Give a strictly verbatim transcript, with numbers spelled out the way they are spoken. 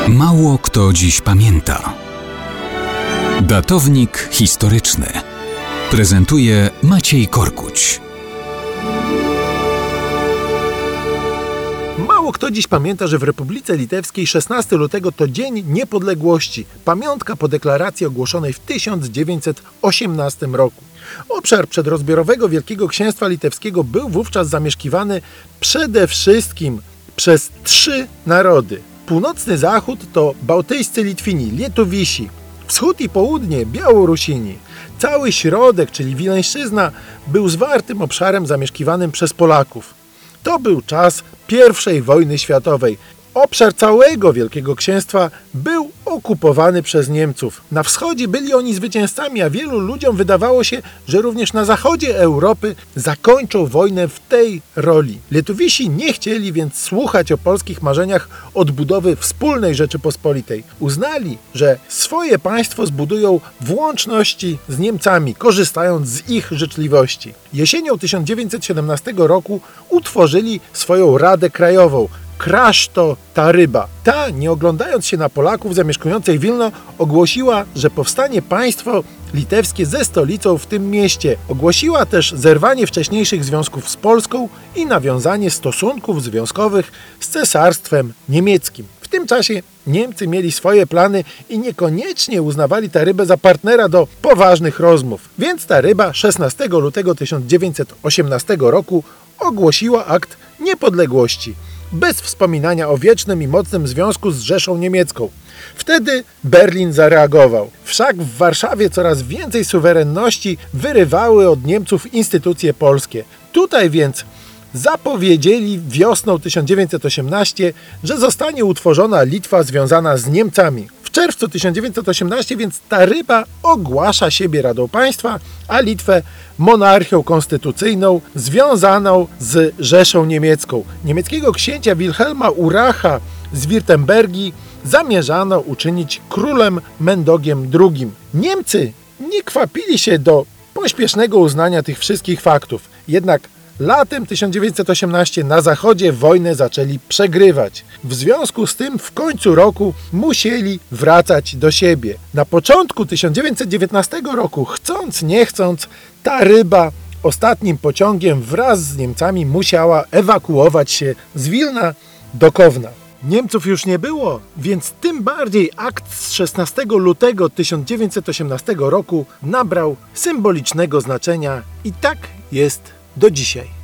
Mało kto dziś pamięta. Datownik historyczny prezentuje Maciej Korkuć. Mało kto dziś pamięta, że w Republice Litewskiej szesnastego lutego to Dzień Niepodległości, pamiątka po deklaracji ogłoszonej w tysiąc dziewięćset osiemnastym roku. Obszar przedrozbiorowego Wielkiego Księstwa Litewskiego był wówczas zamieszkiwany przede wszystkim przez trzy narody. Północny zachód to bałtyjscy Litwini, Lietuvisi, wschód i południe Białorusini. Cały środek, czyli Wileńszczyzna, był zwartym obszarem zamieszkiwanym przez Polaków. To był czas pierwszej wojny światowej. Obszar całego Wielkiego Księstwa był okupowany przez Niemców. Na wschodzie byli oni zwycięzcami, a wielu ludziom wydawało się, że również na zachodzie Europy zakończą wojnę w tej roli. Lietuvisi nie chcieli więc słuchać o polskich marzeniach odbudowy wspólnej Rzeczypospolitej. Uznali, że swoje państwo zbudują w łączności z Niemcami, korzystając z ich życzliwości. Jesienią tysiąc dziewięćset siedemnastego roku utworzyli swoją Radę Krajową, Kraszto Taryba. Ta, nie oglądając się na Polaków zamieszkujących Wilno, ogłosiła, że powstanie państwo litewskie ze stolicą w tym mieście. Ogłosiła też zerwanie wcześniejszych związków z Polską i nawiązanie stosunków związkowych z Cesarstwem Niemieckim. W tym czasie Niemcy mieli swoje plany i niekoniecznie uznawali Tarybę za partnera do poważnych rozmów. Więc Taryba szesnastego lutego tysiąc dziewięćset osiemnastego roku ogłosiła akt niepodległości, bez wspominania o wiecznym i mocnym związku z Rzeszą Niemiecką. Wtedy Berlin zareagował. Wszak w Warszawie coraz więcej suwerenności wyrywały od Niemców instytucje polskie. Tutaj więc zapowiedzieli wiosną tysiąc dziewięćset osiemnastego, że zostanie utworzona Litwa związana z Niemcami. W czerwcu tysiąc dziewięćset osiemnastego więc Taryba ogłasza siebie Radą Państwa, a Litwę monarchią konstytucyjną związaną z Rzeszą Niemiecką. Niemieckiego księcia Wilhelma Uracha z Wirtembergi zamierzano uczynić królem Mendogiem drugim. Niemcy nie kwapili się do pośpiesznego uznania tych wszystkich faktów. Jednak latem tysiąc dziewięćset osiemnastego na zachodzie wojnę zaczęli przegrywać. W związku z tym w końcu roku musieli wracać do siebie. Na początku tysiąc dziewięćset dziewiętnastego roku, chcąc nie chcąc, Taryba ostatnim pociągiem wraz z Niemcami musiała ewakuować się z Wilna do Kowna. Niemców już nie było, więc tym bardziej akt z szesnastego lutego tysiąc dziewięćset osiemnastego roku nabrał symbolicznego znaczenia i tak jest do dzisiaj.